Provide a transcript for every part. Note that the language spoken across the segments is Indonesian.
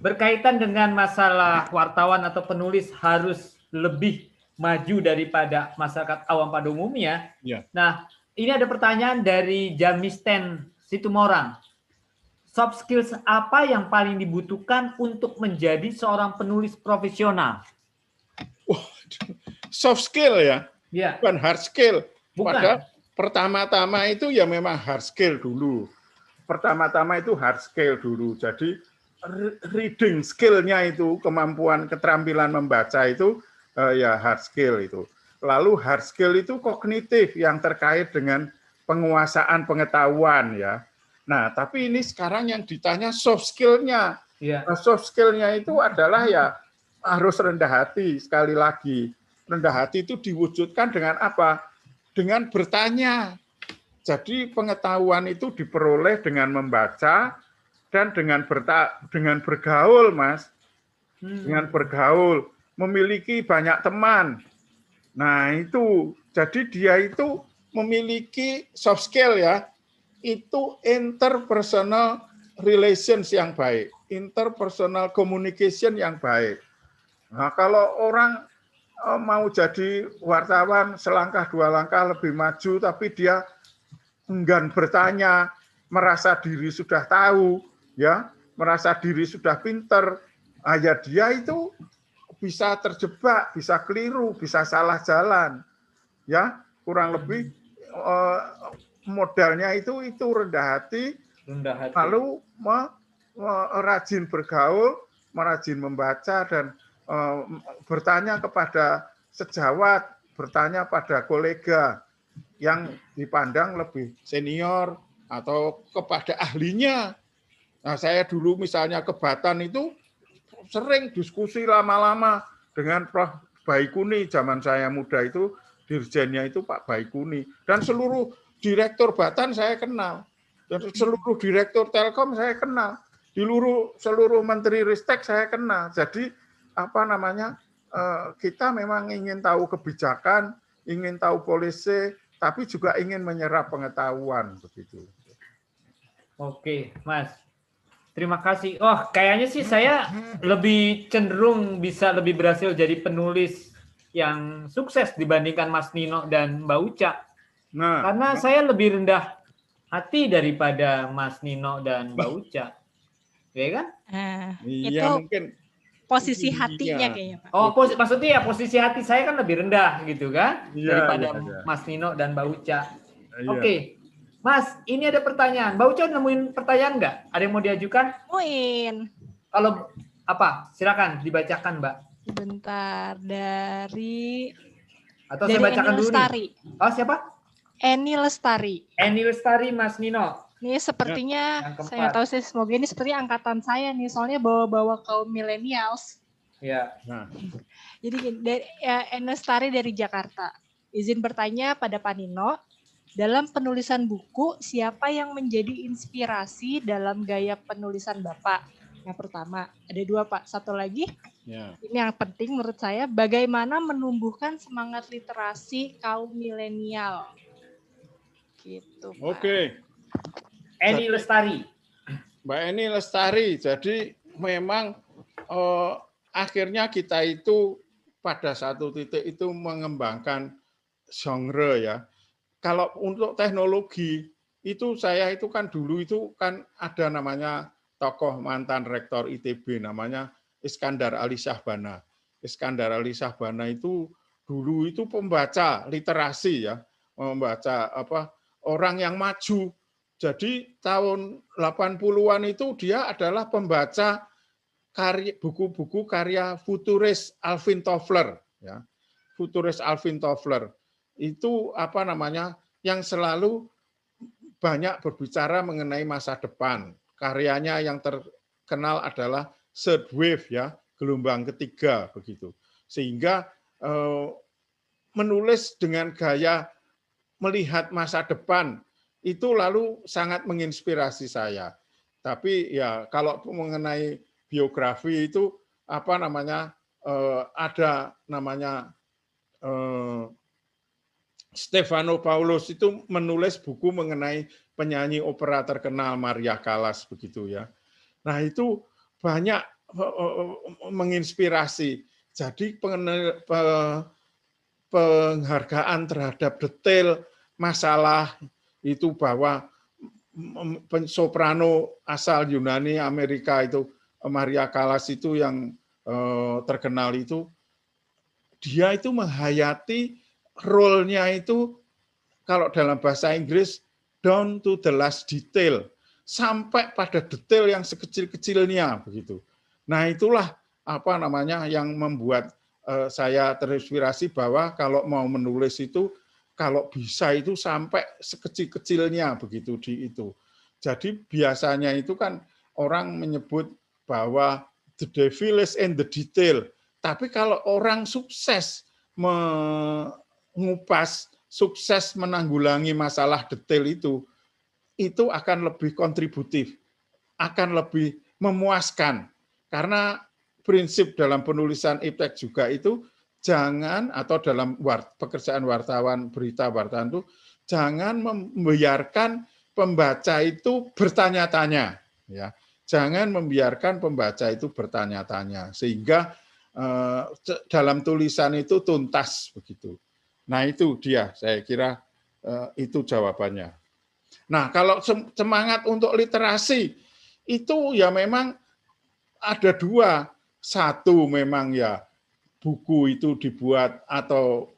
berkaitan dengan masalah wartawan atau penulis harus lebih maju daripada masyarakat awam pada umumnya. Ya. Nah, ini ada pertanyaan dari Jamisten Situmorang. Soft skills apa yang paling dibutuhkan untuk menjadi seorang penulis profesional? Soft skill ya, Ya. bukan hard skill. Bukan. Padahal pertama-tama itu ya memang hard skill dulu. Pertama-tama itu hard skill dulu. Jadi reading skill-nya itu, kemampuan keterampilan membaca itu ya hard skill itu. Lalu hard skill itu kognitif yang terkait dengan penguasaan pengetahuan ya. Nah, tapi ini sekarang yang ditanya soft skill-nya. Ya. Nah, soft skill-nya itu adalah ya harus rendah hati. Sekali lagi, rendah hati itu diwujudkan dengan apa? Dengan bertanya. Jadi pengetahuan itu diperoleh dengan membaca dan dengan bergaul, Mas. Dengan bergaul, memiliki banyak teman. Nah, itu. Jadi dia itu memiliki soft skill ya. Itu interpersonal relations yang baik, interpersonal communication yang baik. Nah, kalau orang mau jadi wartawan selangkah dua langkah lebih maju, tapi dia enggan bertanya, merasa diri sudah tahu, ya, merasa diri sudah pinter, ya dia itu bisa terjebak, bisa keliru, bisa salah jalan, ya, kurang lebih modalnya itu rendah hati, lalu rajin bergaul, rajin membaca dan bertanya kepada sejawat, bertanya pada kolega yang dipandang lebih senior atau kepada ahlinya. Nah, saya dulu misalnya ke Batan itu sering diskusi lama-lama dengan Prof. Baikuni, zaman saya muda itu dirjennya itu Pak Baikuni, dan seluruh direktur Batan saya kenal, dan seluruh direktur Telkom saya kenal, seluruh menteri Ristek saya kenal. Jadi apa namanya, kita memang ingin tahu kebijakan, ingin tahu polisi, tapi juga ingin menyerap pengetahuan begitu. Oke, Mas. Terima kasih. Oh, kayaknya sih saya lebih cenderung bisa lebih berhasil jadi penulis yang sukses dibandingkan Mas Nino dan Mbak Uca. Nah, karena saya lebih rendah hati daripada Mas Nino dan Mbak Uca. Ya kan? Iya, itu mungkin posisi hatinya kayaknya, Pak. Oh, maksudnya ya posisi hati saya kan lebih rendah gitu kan daripada Mas Nino dan Mbak Uca. Iya. Oke. Mas, ini ada pertanyaan. Mbak Uca nemuin pertanyaan nggak? Ada yang mau diajukan? Nemuin. Kalau apa? Silakan dibacakan, Mbak. Sebentar, dari saya bacakan dulu Lestari. nih. Oh, siapa? Eni Lestari. Eni Lestari, Mas Nino. Ini sepertinya, saya nggak tahu sih, semoga ini seperti angkatan saya nih, soalnya bawa-bawa kaum millennials. Ya. Nah. Jadi Eni Lestari dari Jakarta. Izin bertanya pada Pak Nino, dalam penulisan buku, siapa yang menjadi inspirasi dalam gaya penulisan Bapak? Yang pertama, ada dua Pak. Satu lagi, ini yang penting menurut saya, bagaimana menumbuhkan semangat literasi kaum milenial? Gitu, Pak. Oke. Eni Lestari. Mbak Eni Lestari, jadi memang akhirnya kita itu pada satu titik itu mengembangkan genre ya. Kalau untuk teknologi itu saya itu kan dulu itu kan ada namanya tokoh mantan rektor ITB namanya Iskandar Ali Syahbana. Iskandar Ali Syahbana itu dulu itu pembaca literasi ya, membaca orang yang maju. Jadi tahun 80-an itu dia adalah pembaca buku-buku karya futuris Alvin Toffler ya. Futuris Alvin Toffler itu yang selalu banyak berbicara mengenai masa depan. Karyanya yang terkenal adalah third wave ya, gelombang ketiga begitu. Sehingga menulis dengan gaya melihat masa depan itu lalu sangat menginspirasi saya. Tapi ya kalau mengenai biografi itu ada namanya Stefano Paulus itu menulis buku mengenai penyanyi opera terkenal Maria Callas begitu ya. Nah, itu banyak menginspirasi. Jadi penghargaan terhadap detail masalah itu bahwa soprano asal Yunani Amerika itu Maria Callas itu yang terkenal itu, dia itu menghayati role-nya itu kalau dalam bahasa Inggris down to the last detail, sampai pada detail yang sekecil-kecilnya begitu. Nah, itulah apa namanya yang membuat saya terinspirasi bahwa kalau mau menulis itu kalau bisa itu sampai sekecil-kecilnya begitu di itu. Jadi biasanya itu kan orang menyebut bahwa the devil is in the detail. Tapi kalau orang sukses mengupas, sukses menanggulangi masalah detail itu akan lebih kontributif, akan lebih memuaskan. Karena prinsip dalam penulisan iptek juga itu jangan, atau dalam pekerjaan wartawan, berita wartawan itu jangan membiarkan pembaca itu bertanya-tanya, ya. Jangan membiarkan pembaca itu bertanya-tanya sehingga dalam tulisan itu tuntas begitu. Nah, itu dia, saya kira itu jawabannya. Nah, kalau semangat untuk literasi itu ya memang ada dua. Satu memang ya buku itu dibuat atau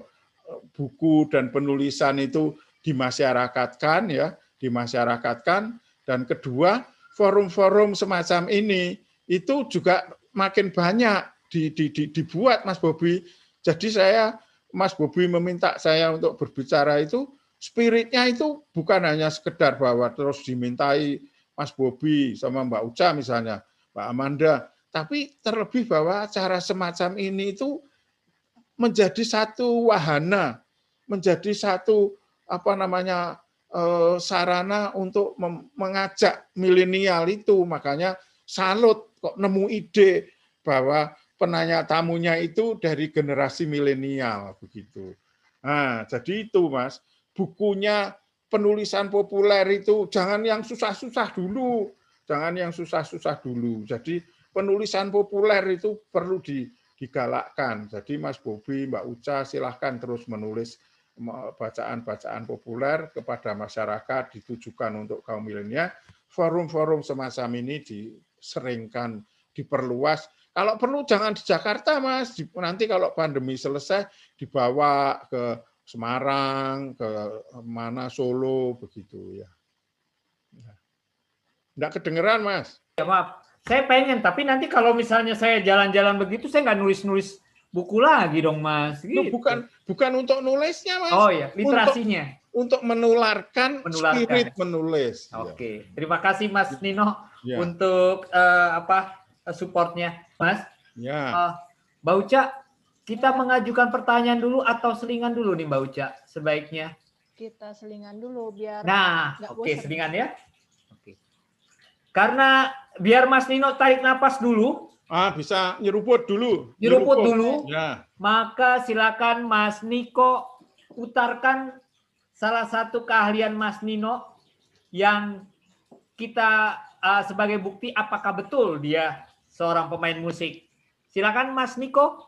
buku dan penulisan itu dimasyarakatkan, ya, dimasyarakatkan. Dan kedua, forum-forum semacam ini itu juga makin banyak dibuat, Mas Bobi. Jadi Mas Bobi meminta saya untuk berbicara itu, spiritnya itu bukan hanya sekedar bahwa terus dimintai Mas Bobi sama Mbak Uca misalnya, Mbak Amanda, tapi terlebih bahwa acara semacam ini itu menjadi satu wahana, menjadi satu apa namanya sarana untuk mengajak milenial itu. Makanya salut kok nemu ide bahwa penanya tamunya itu dari generasi milenial begitu. Nah, jadi itu Mas, bukunya penulisan populer itu jangan yang susah-susah dulu, jangan yang susah-susah dulu. Jadi penulisan populer itu perlu digalakkan. Jadi Mas Bobi, Mbak Uca, silahkan terus menulis bacaan-bacaan populer kepada masyarakat, ditujukan untuk kaum milenial. Forum-forum semacam ini diseringkan, diperluas. Kalau perlu jangan di Jakarta, Mas. Nanti kalau pandemi selesai dibawa ke Semarang, ke mana, Solo, begitu ya. Enggak kedengeran, Mas. Ya, maaf. Saya pengen, tapi nanti kalau misalnya saya jalan-jalan begitu, saya nggak nulis-nulis buku lagi dong, Mas. Gitu. Bukan untuk nulisnya, Mas. Oh ya, literasinya. Untuk menularkan spirit menulis. Oke, terima kasih Mas Nino untuk supportnya, Mas. Ya. Mbak Uca, kita mengajukan pertanyaan dulu atau selingan dulu nih Mbak Uca sebaiknya? Kita selingan dulu biar. Nah, oke, selingan ya. Karena biar Mas Nino tarik napas dulu. Bisa nyeruput dulu. Nyeruput dulu. Ya. Maka silakan Mas Niko putarkan salah satu keahlian Mas Nino yang kita sebagai bukti apakah betul dia seorang pemain musik. Silakan Mas Niko.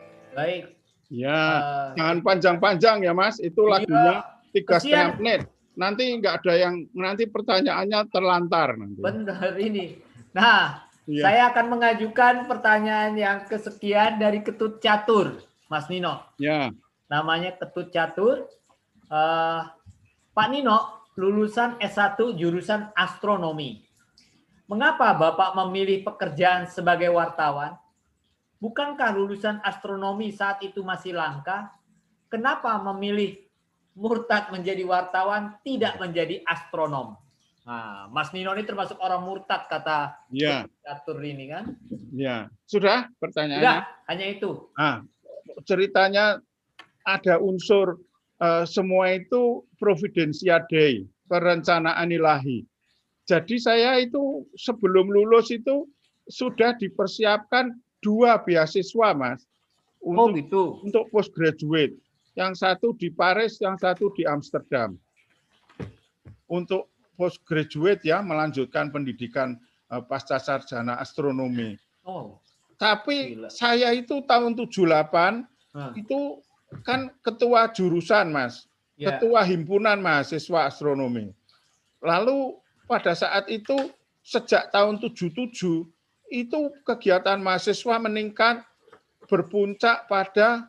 Baik. Ya, jangan panjang-panjang ya Mas. Itu lagunya 3,5 menit. nanti nggak ada yang nanti pertanyaannya terlantar nanti. Benar ini. Nah, Iya. saya akan mengajukan pertanyaan yang kesekian dari Ketut Catur, Mas Nino. Ya. Namanya Ketut Catur. Pak Nino, lulusan S1 jurusan astronomi. Mengapa Bapak memilih pekerjaan sebagai wartawan? Bukankah lulusan astronomi saat itu masih langka? Kenapa memilih murtad menjadi wartawan, tidak menjadi astronom? Nah, Mas Nino ini termasuk orang murtad, kata Ya. Catur ini kan? Ya. Sudah pertanyaannya? Sudah, hanya itu. Nah, ceritanya ada unsur semua itu providentia Dei, perencanaan ilahi. Jadi saya itu sebelum lulus itu sudah dipersiapkan 2 beasiswa, Mas, untuk postgraduate. Yang satu di Paris, yang satu di Amsterdam. Untuk postgraduate ya, melanjutkan pendidikan pasca sarjana astronomi. Tapi saya itu tahun 78 itu kan ketua jurusan, Mas. Ketua himpunan mahasiswa astronomi. Lalu pada saat itu sejak tahun 77 itu kegiatan mahasiswa meningkat, berpuncak pada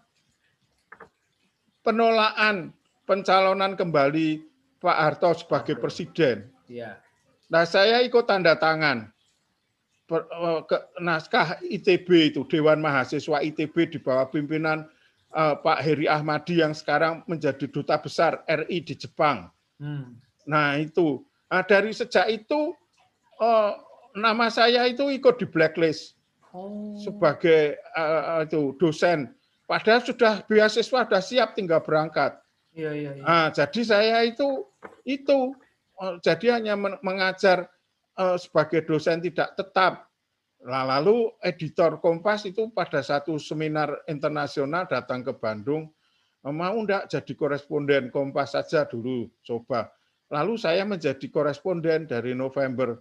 penolakan pencalonan kembali Pak Harto sebagai presiden. Nah, saya ikut tanda tangan naskah ITB itu, Dewan Mahasiswa ITB di bawah pimpinan Pak Heri Ahmadi yang sekarang menjadi duta besar RI di Jepang. Nah itu, dari sejak itu nama saya itu ikut di blacklist sebagai itu dosen. Padahal sudah beasiswa sudah siap tinggal berangkat. Nah, jadi saya itu jadi hanya mengajar sebagai dosen tidak tetap. Lalu editor Kompas itu pada satu seminar internasional datang ke Bandung, mau enggak jadi koresponden Kompas saja dulu, coba. Lalu saya menjadi koresponden dari November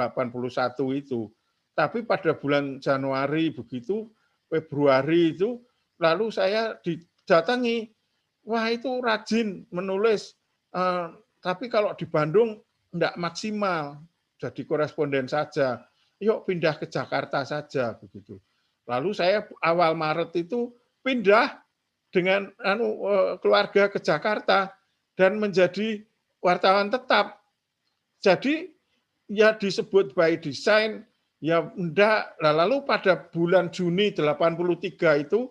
81 itu. Tapi pada bulan Januari begitu, Februari itu, lalu saya didatangi, wah itu rajin menulis, tapi kalau di Bandung enggak maksimal, jadi koresponden saja. Yuk pindah ke Jakarta saja begitu. Lalu saya awal Maret itu pindah dengan keluarga ke Jakarta dan menjadi wartawan tetap. Jadi ya disebut by design ya enggak. Lalu pada bulan Juni 83 itu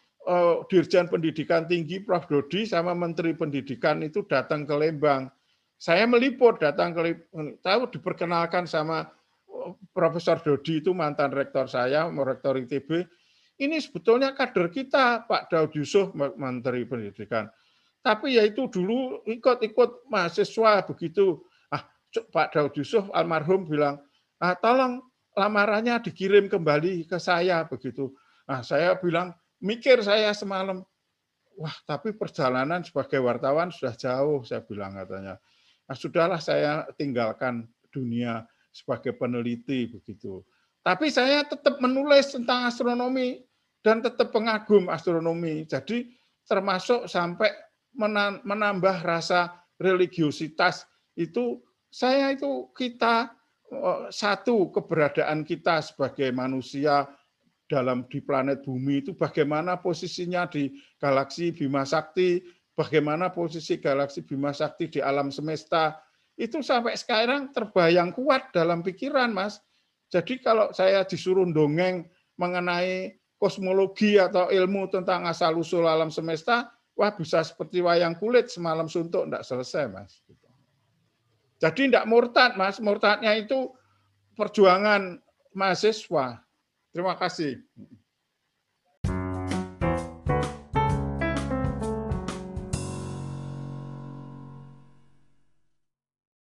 Dirjen Pendidikan Tinggi Prof Dodi sama Menteri Pendidikan itu datang ke Lembang. Saya meliput datang ke tahu diperkenalkan sama Profesor Dodi itu mantan rektor saya, rektor ITB. Ini sebetulnya kader kita, Pak Daud Yusuf, Menteri Pendidikan. Tapi ya itu dulu ikut mahasiswa begitu. Pak Daud Yusuf almarhum bilang, tolong lamarannya dikirim kembali ke saya begitu. Saya bilang, mikir saya semalam, wah tapi perjalanan sebagai wartawan sudah jauh, saya bilang katanya. Sudahlah saya tinggalkan dunia sebagai peneliti begitu. Tapi saya tetap menulis tentang astronomi dan tetap pengagum astronomi. Jadi termasuk sampai menambah rasa religiositas itu saya itu kita satu keberadaan kita sebagai manusia di planet bumi itu bagaimana posisinya di galaksi Bima Sakti, bagaimana posisi galaksi Bima Sakti di alam semesta. Itu sampai sekarang terbayang kuat dalam pikiran, Mas. Jadi kalau saya disuruh dongeng mengenai kosmologi atau ilmu tentang asal-usul alam semesta, wah bisa seperti wayang kulit semalam suntuk, enggak selesai, Mas. Jadi enggak murtad, Mas. Murtadnya itu perjuangan mahasiswa. Terima kasih.